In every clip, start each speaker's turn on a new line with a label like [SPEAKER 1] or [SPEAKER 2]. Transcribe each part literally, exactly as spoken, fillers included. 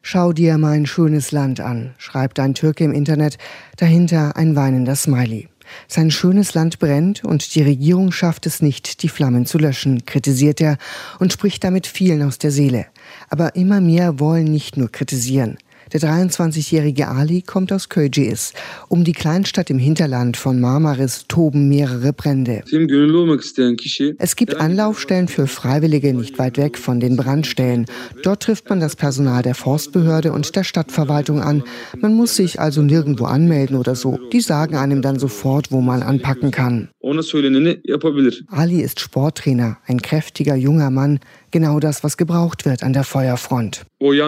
[SPEAKER 1] Schau dir mein schönes Land an, schreibt ein Türke im Internet, dahinter ein weinender Smiley. Sein schönes Land brennt und die Regierung schafft es nicht, die Flammen zu löschen, kritisiert er und spricht damit vielen aus der Seele. Aber immer mehr wollen nicht nur kritisieren. Der dreiundzwanzigjährige Ali kommt aus Köyceğiz. Um die Kleinstadt im Hinterland von Marmaris toben mehrere Brände. Es gibt Anlaufstellen für Freiwillige nicht weit weg von den Brandstellen. Dort trifft man das Personal der Forstbehörde und der Stadtverwaltung an. Man muss sich also nirgendwo anmelden oder so. Die sagen einem dann sofort, wo man anpacken kann. Ali ist Sporttrainer, ein kräftiger junger Mann. Genau das, was gebraucht wird an der Feuerfront.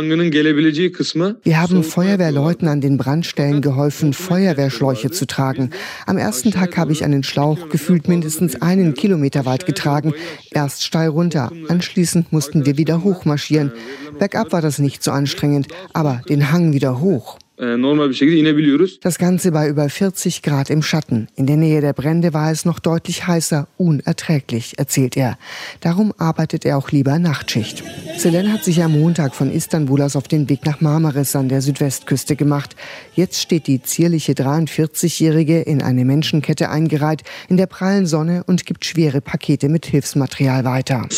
[SPEAKER 1] Wir haben Feuerwehrleuten an den Brandstellen geholfen, Feuerwehrschläuche zu tragen. Am ersten Tag habe ich einen Schlauch gefühlt mindestens einen Kilometer weit getragen. Erst steil runter, anschließend mussten wir wieder hochmarschieren. Bergab war das nicht so anstrengend, aber den Hang wieder hoch. Das Ganze bei über vierzig Grad im Schatten. In der Nähe der Brände war es noch deutlich heißer, unerträglich, erzählt er. Darum arbeitet er auch lieber Nachtschicht. Selen hat sich am Montag von Istanbul aus auf den Weg nach Marmaris an der Südwestküste gemacht. Jetzt steht die zierliche dreiundvierzigjährige in eine Menschenkette eingereiht in der prallen Sonne und gibt schwere Pakete mit Hilfsmaterial weiter.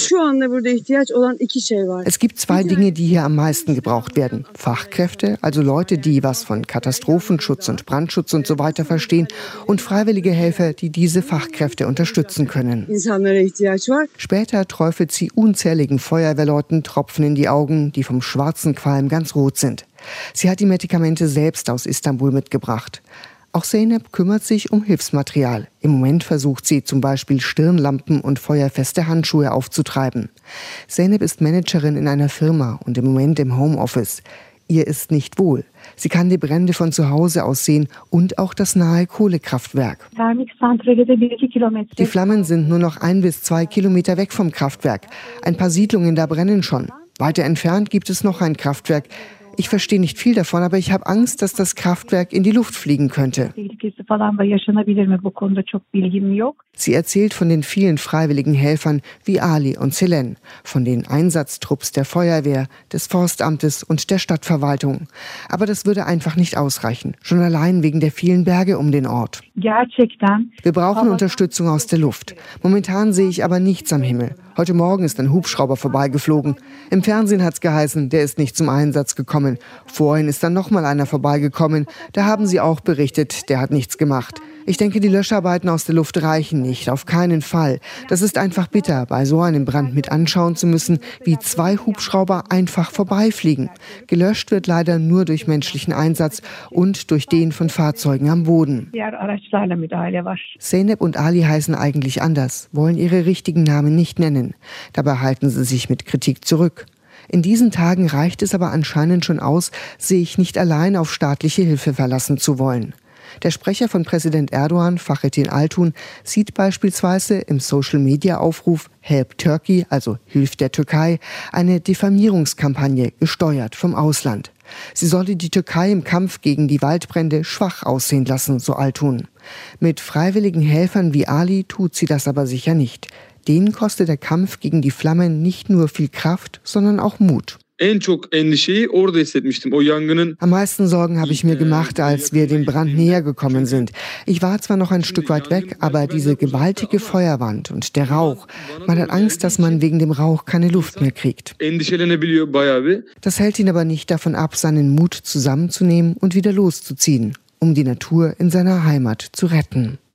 [SPEAKER 1] Es gibt zwei Dinge, die hier am meisten gebraucht werden. Fachkräfte, also Leute, die was von Katastrophenschutz und Brandschutz und so weiter verstehen, und freiwillige Helfer, die diese Fachkräfte unterstützen können. Später träufelt sie unzähligen Feuerwehrleuten Tropfen in die Augen, die vom schwarzen Qualm ganz rot sind. Sie hat die Medikamente selbst aus Istanbul mitgebracht. Auch Zeynep kümmert sich um Hilfsmaterial. Im Moment versucht sie zum Beispiel Stirnlampen und feuerfeste Handschuhe aufzutreiben. Zeynep ist Managerin in einer Firma und im Moment im Homeoffice. Ihr ist nicht wohl. Sie kann die Brände von zu Hause aus sehen und auch das nahe Kohlekraftwerk. Die Flammen sind nur noch ein bis zwei Kilometer weg vom Kraftwerk. Ein paar Siedlungen da brennen schon. Weiter entfernt gibt es noch ein Kraftwerk. Ich verstehe nicht viel davon, aber ich habe Angst, dass das Kraftwerk in die Luft fliegen könnte. Sie erzählt von den vielen freiwilligen Helfern wie Ali und Selen, von den Einsatztrupps der Feuerwehr, des Forstamtes und der Stadtverwaltung. Aber das würde einfach nicht ausreichen, schon allein wegen der vielen Berge um den Ort. Wir brauchen Unterstützung aus der Luft. Momentan sehe ich aber nichts am Himmel. Heute Morgen ist ein Hubschrauber vorbeigeflogen. Im Fernsehen hat es geheißen, der ist nicht zum Einsatz gekommen. Vorhin ist dann nochmal einer vorbeigekommen. Da haben sie auch berichtet, der hat nichts gemacht. Ich denke, die Löscharbeiten aus der Luft reichen nicht, auf keinen Fall. Das ist einfach bitter, bei so einem Brand mit anschauen zu müssen, wie zwei Hubschrauber einfach vorbeifliegen. Gelöscht wird leider nur durch menschlichen Einsatz und durch den von Fahrzeugen am Boden. Zeynep und Ali heißen eigentlich anders, wollen ihre richtigen Namen nicht nennen. Dabei halten sie sich mit Kritik zurück. In diesen Tagen reicht es aber anscheinend schon aus, sich nicht allein auf staatliche Hilfe verlassen zu wollen. Der Sprecher von Präsident Erdogan, Fahrettin Altun, sieht beispielsweise im Social-Media-Aufruf Help Turkey, also Hilf der Türkei, eine Diffamierungskampagne, gesteuert vom Ausland. Sie solle die Türkei im Kampf gegen die Waldbrände schwach aussehen lassen, so Altun. Mit freiwilligen Helfern wie Ali tut sie das aber sicher nicht. Denen kostet der Kampf gegen die Flammen nicht nur viel Kraft, sondern auch Mut. Am meisten Sorgen habe ich mir gemacht, als wir dem Brand näher gekommen sind. Ich war zwar noch ein Stück weit weg, aber diese gewaltige Feuerwand und der Rauch, man hat Angst, dass man wegen dem Rauch keine Luft mehr kriegt. Das hält ihn aber nicht davon ab, seinen Mut zusammenzunehmen und wieder loszuziehen, um die Natur in seiner Heimat zu retten.